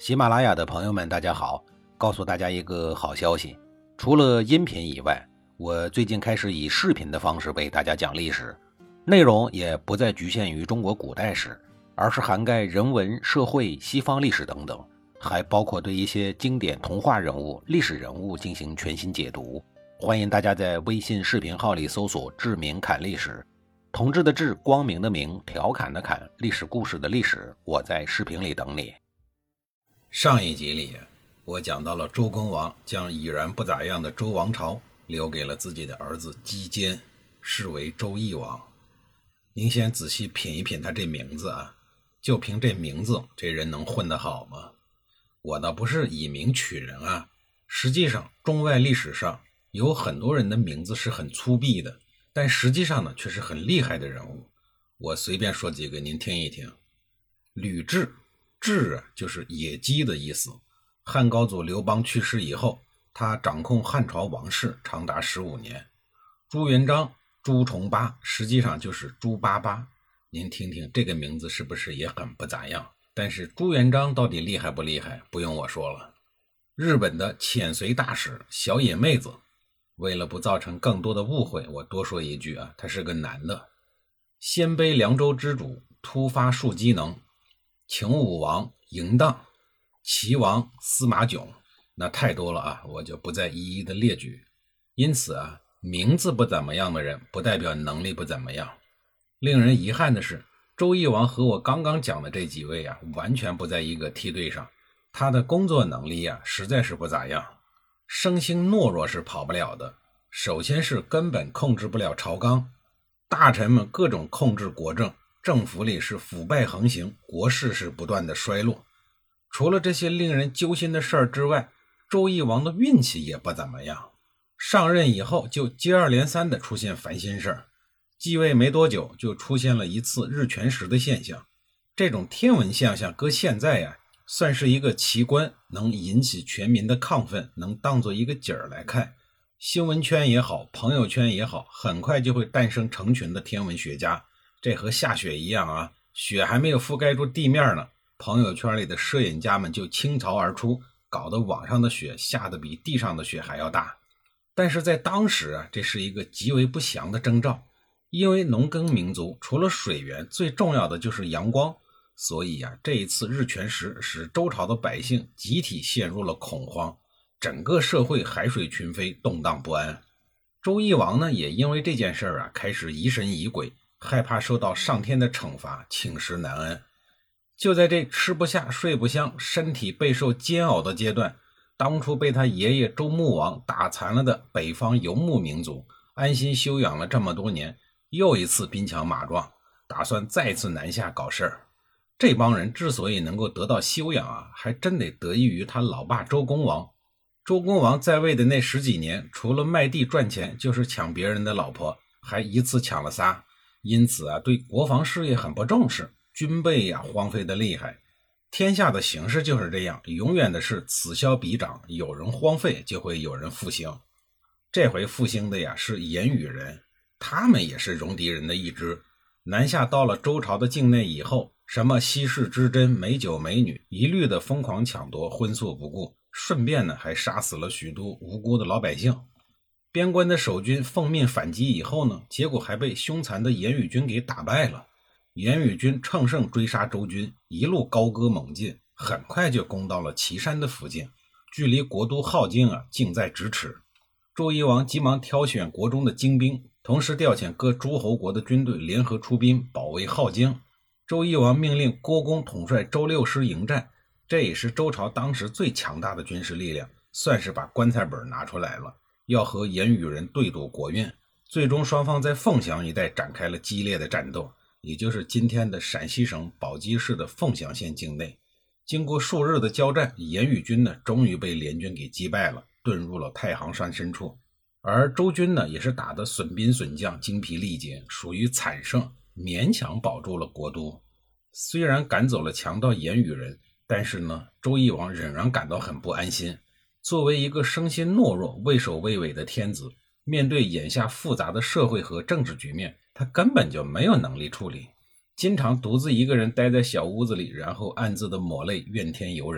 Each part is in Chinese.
喜马拉雅的朋友们大家好，告诉大家一个好消息，除了音频以外，我最近开始以视频的方式为大家讲历史，内容也不再局限于中国古代史，而是涵盖人文、社会、西方历史等等，还包括对一些经典童话人物、历史人物进行全新解读。欢迎大家在微信视频号里搜索志明侃历史，同志的志，光明的明，调侃的侃，历史故事的历史，我在视频里等你。上一集里我讲到了周公王将已然不咋样的周王朝留给了自己的儿子姬坚，视为周懿王。您先仔细品一品他这名字啊，就凭这名字，这人能混得好吗？我倒不是以名取人啊，实际上中外历史上有很多人的名字是很粗鄙的，但实际上呢却是很厉害的人物。我随便说几个您听一听。吕雉，雉就是野鸡的意思。汉高祖刘邦去世以后，他掌控汉朝王室长达15年。朱元璋，朱重八，实际上就是朱八八。您听听这个名字是不是也很不咋样？但是朱元璋到底厉害不厉害，不用我说了。日本的遣隋大使小野妹子，为了不造成更多的误会，我多说一句啊，他是个男的。鲜卑凉州之主突发术机能，秦武王嬴荡，齐王司马囧，那太多了啊，我就不再一一的列举。因此啊，名字不怎么样的人不代表能力不怎么样。令人遗憾的是，周懿王和我刚刚讲的这几位啊，完全不在一个梯队上。他的工作能力啊，实在是不咋样。生性懦弱是跑不了的，首先是根本控制不了朝纲，大臣们各种控制国政，政府里是腐败横行，国势是不断的衰落。除了这些令人揪心的事儿之外，周懿王的运气也不怎么样。上任以后就接二连三的出现烦心事儿，继位没多久就出现了一次日全食的现象。这种天文现象搁现在呀，算是一个奇观，能引起全民的亢奋，能当做一个景儿来看。新闻圈也好，朋友圈也好，很快就会诞生成群的天文学家。这和下雪一样啊，雪还没有覆盖住地面呢，朋友圈里的摄影家们就倾巢而出，搞得网上的雪下得比地上的雪还要大。但是在当时啊，这是一个极为不祥的征兆，因为农耕民族除了水源，最重要的就是阳光。所以啊，这一次日全食使周朝的百姓集体陷入了恐慌，整个社会海水群飞，动荡不安。周懿王呢，也因为这件事啊，开始疑神疑鬼，害怕受到上天的惩罚，寝食难安。就在这吃不下睡不香，身体备受煎熬的阶段，当初被他爷爷周穆王打残了的北方游牧民族，安心休养了这么多年，又一次兵强马壮，打算再次南下搞事儿。这帮人之所以能够得到休养啊，还真得得益于他老爸周公王。周公王在位的那10几年，除了卖地赚钱，就是抢别人的老婆，还一次抢了仨。因此啊，对国防事业很不重视，军备呀荒废的厉害。天下的形势就是这样，永远的是此消彼长，有人荒废就会有人复兴。这回复兴的呀是言语人，他们也是戎狄人的一支。南下到了周朝的境内以后，什么稀世之珍、美酒美女，一律的疯狂抢夺，荤素不顾，顺便呢还杀死了许多无辜的老百姓。边关的守军奉命反击以后呢，结果还被凶残的言语军给打败了。言语军乘胜追杀周军，一路高歌猛进，很快就攻到了岐山的附近，距离国都镐京啊近在咫尺。周懿王急忙挑选国中的精兵，同时调遣各诸侯国的军队联合出兵保卫镐京。周懿王命令郭公统帅周六师迎战，这也是周朝当时最强大的军事力量，算是把棺材本拿出来了，要和言语人对赌国运。最终双方在凤翔一带展开了激烈的战斗，也就是今天的陕西省宝鸡市的凤翔县境内。经过数日的交战，言语军呢终于被联军给击败了，遁入了太行山深处。而周军呢也是打得损兵损将，精疲力竭，属于惨胜，勉强保住了国都。虽然赶走了强盗言语人，但是呢，周懿王仍然感到很不安心。作为一个生性懦弱、畏首畏尾的天子，面对眼下复杂的社会和政治局面，他根本就没有能力处理。经常独自一个人待在小屋子里，然后暗自的抹泪，怨天尤人，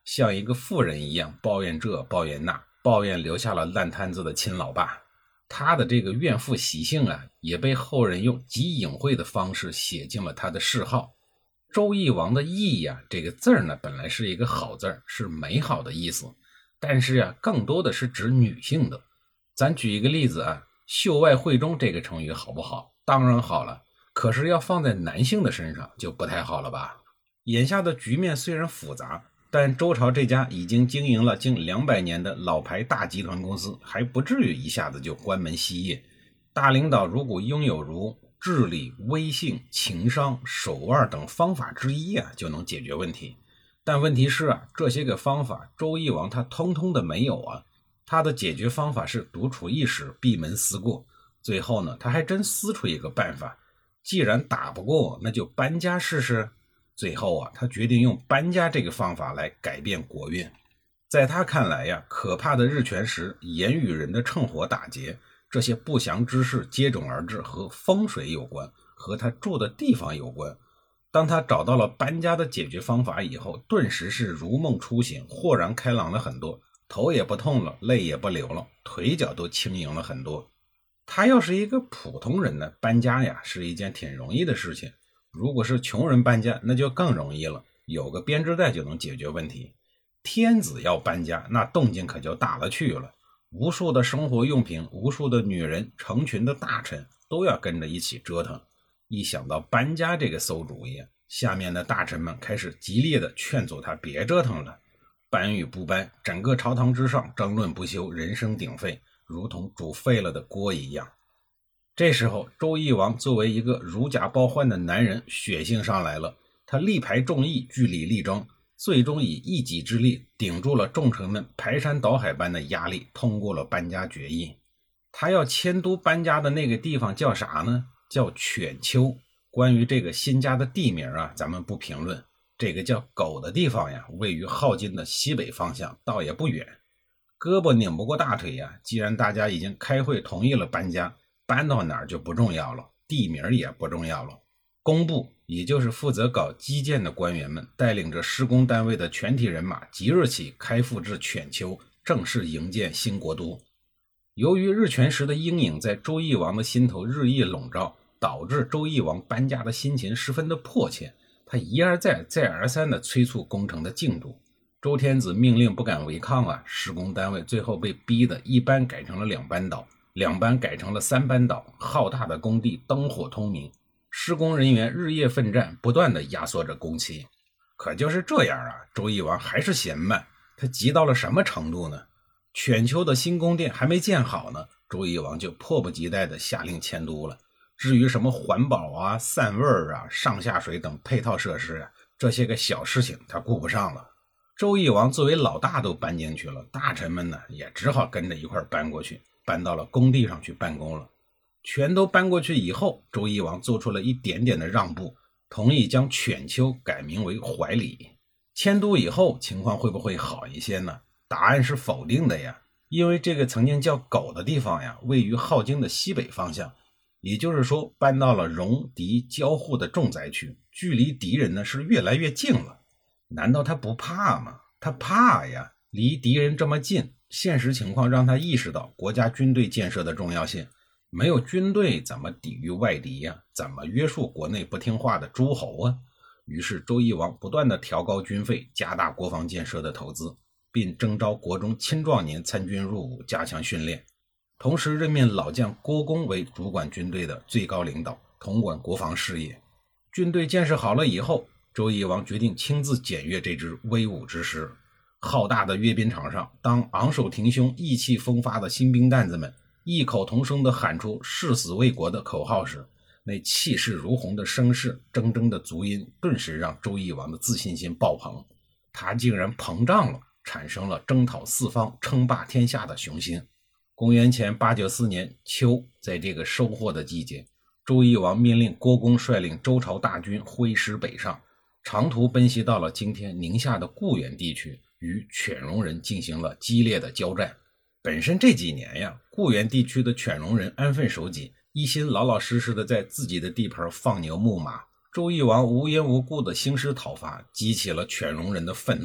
像一个妇人一样抱怨这抱怨那，抱怨留下了烂摊子的亲老爸。他的这个怨妇习性啊，也被后人用极隐晦的方式写进了他的谥号。周懿王的懿呀，这个字呢，本来是一个好字，是美好的意思，但是啊，更多的是指女性的。咱举一个例子啊，秀外慧中这个成语好不好？当然好了，可是要放在男性的身上就不太好了吧？眼下的局面虽然复杂，但周朝这家已经经营了近200年的老牌大集团公司，还不至于一下子就关门歇业。大领导如果拥有如治理、威信、情商、手腕等方法之一啊，就能解决问题。但问题是啊，这些个方法周懿王他通通的没有啊。他的解决方法是独处一室，闭门思过。最后呢，他还真思出一个办法，既然打不过，那就搬家试试。最后啊，他决定用搬家这个方法来改变国运。在他看来呀，可怕的日全食、言语人的趁火打劫，这些不祥之事接踵而至，和风水有关，和他住的地方有关。当他找到了搬家的解决方法以后，顿时是如梦初醒，豁然开朗了很多，头也不痛了，泪也不流了，腿脚都轻盈了很多。他要是一个普通人呢，搬家呀是一件挺容易的事情。如果是穷人搬家，那就更容易了，有个编织袋就能解决问题。天子要搬家，那动静可就大了去了，无数的生活用品，无数的女人，成群的大臣都要跟着一起折腾。一想到搬家这个馊主意，下面的大臣们开始极力的劝阻他别折腾了。搬与不搬，整个朝堂之上争论不休，人声鼎沸，如同煮沸了的锅一样。这时候周懿王作为一个如假包换的男人，血性上来了，他力排众议，据理力争，最终以一己之力顶住了众臣们排山倒海般的压力，通过了搬家决议。他要迁都搬家的那个地方叫啥呢？叫犬丘。关于这个新家的地名啊，咱们不评论。这个叫狗的地方呀，位于镐京的西北方向，倒也不远。胳膊拧不过大腿呀，既然大家已经开会同意了搬家，搬到哪儿就不重要了，地名也不重要了。工部，也就是负责搞基建的官员们，带领着施工单位的全体人马，即日起开赴至犬丘，正式营建新国都。由于日全食的阴影在周懿王的心头日益笼罩，导致周懿王搬家的心情十分的迫切，他一而再再而三地催促工程的进度。周天子命令不敢违抗啊，施工单位最后被逼得一班改成了2班倒，2班改成了3班倒，浩大的工地灯火通明，施工人员日夜奋战，不断地压缩着工期。可就是这样啊，周懿王还是嫌慢。他急到了什么程度呢？犬丘的新宫殿还没建好呢，周懿王就迫不及待地下令迁都了。至于什么环保啊、散味啊、上下水等配套设施啊，这些个小事情他顾不上了。周懿王作为老大都搬进去了，大臣们呢也只好跟着一块搬过去，搬到了工地上去办公了。全都搬过去以后，周懿王做出了一点点的让步，同意将犬丘改名为怀里。迁都以后情况会不会好一些呢？答案是否定的呀，因为这个曾经叫狗的地方呀，位于镐京的西北方向，也就是说搬到了戎狄交互的重灾区，距离敌人呢是越来越近了。难道他不怕吗？他怕呀，离敌人这么近，现实情况让他意识到国家军队建设的重要性。没有军队怎么抵御外敌呀？怎么约束国内不听话的诸侯啊？于是周懿王不断地调高军费，加大国防建设的投资，并征召国中青壮年参军入伍，加强训练。同时任命老将郭公为主管军队的最高领导，统管国防事业。军队建设好了以后，周懿王决定亲自检阅这支威武之师。浩大的阅兵场上，当昂首挺胸、意气风发的新兵蛋子们异口同声地喊出誓死为国的口号时，那气势如虹的声势、铮铮的足音，顿时让周懿王的自信心爆棚。他竟然膨胀了，产生了征讨四方、称霸天下的雄心。公元前894年秋，在这个收获的季节，周懿王命令郭公率领周朝大军挥师北上，长途奔袭到了今天宁夏的固原地区，与犬戎人进行了激烈的交战。本身这几年呀，固原地区的犬戎人安分守己，一心老老实实的在自己的地盘放牛牧马。周懿王无缘无故的兴师讨伐，激起了犬戎人的愤怒，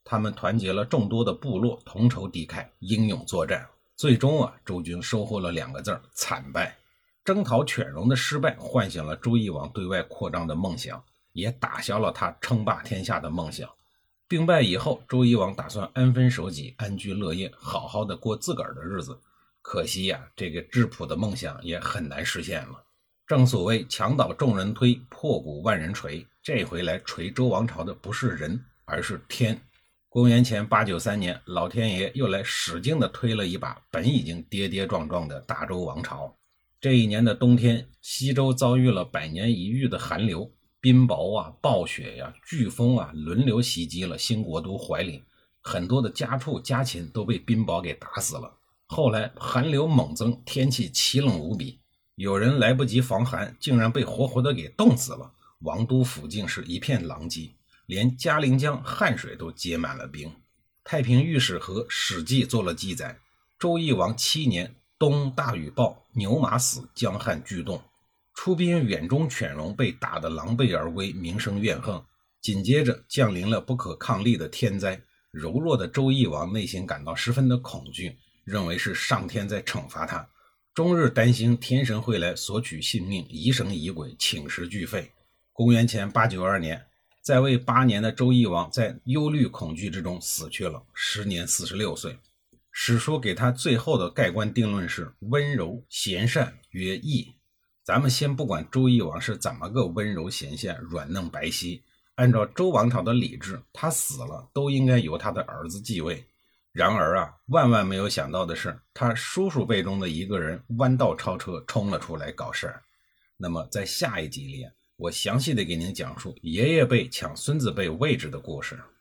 他们团结了众多的部落，同仇敌忾，英勇作战。最终周军收获了2个字：惨败。征讨犬戎的失败唤醒了周懿王对外扩张的梦想，也打消了他称霸天下的梦想。兵败以后，周懿王打算安分守己，安居乐业，好好的过自个儿的日子。可惜这个质朴的梦想也很难实现了。正所谓墙倒众人推，破鼓万人锤，这回来锤周王朝的不是人，而是天。公元前893年，老天爷又来使劲的推了一把本已经跌跌撞撞的大周王朝。这一年的冬天，西周遭遇了100年一遇的寒流，冰雹暴雪飓风轮流袭击了新国都怀陵，很多的家畜家禽都被冰雹给打死了。后来寒流猛增，天气凄冷无比，有人来不及防寒，竟然被活活的给冻死了。王都附近是一片狼藉，连嘉陵江汉水都结满了冰。太平御史和史记做了记载，周懿王7年，冬大雨暴，牛马死，江汉剧动。出兵远中犬戎被打得狼狈而归，名声怨恨。紧接着降临了不可抗力的天灾，柔弱的周懿王内心感到十分的恐惧，认为是上天在惩罚他，终日担心天神会来索取性命，疑神疑鬼，寝食俱废。公元前892年，在位8年的周懿王在忧虑恐惧之中死去了，时年46岁。史书给他最后的盖棺定论是温柔贤善曰义。咱们先不管周懿王是怎么个温柔贤善软嫩白皙，按照周王朝的礼制，他死了都应该由他的儿子继位。然而万万没有想到的是，他叔叔辈中的一个人弯道超车冲了出来搞事儿。那么在下一集里，我详细的给您讲述爷爷辈抢孙子辈位置的故事。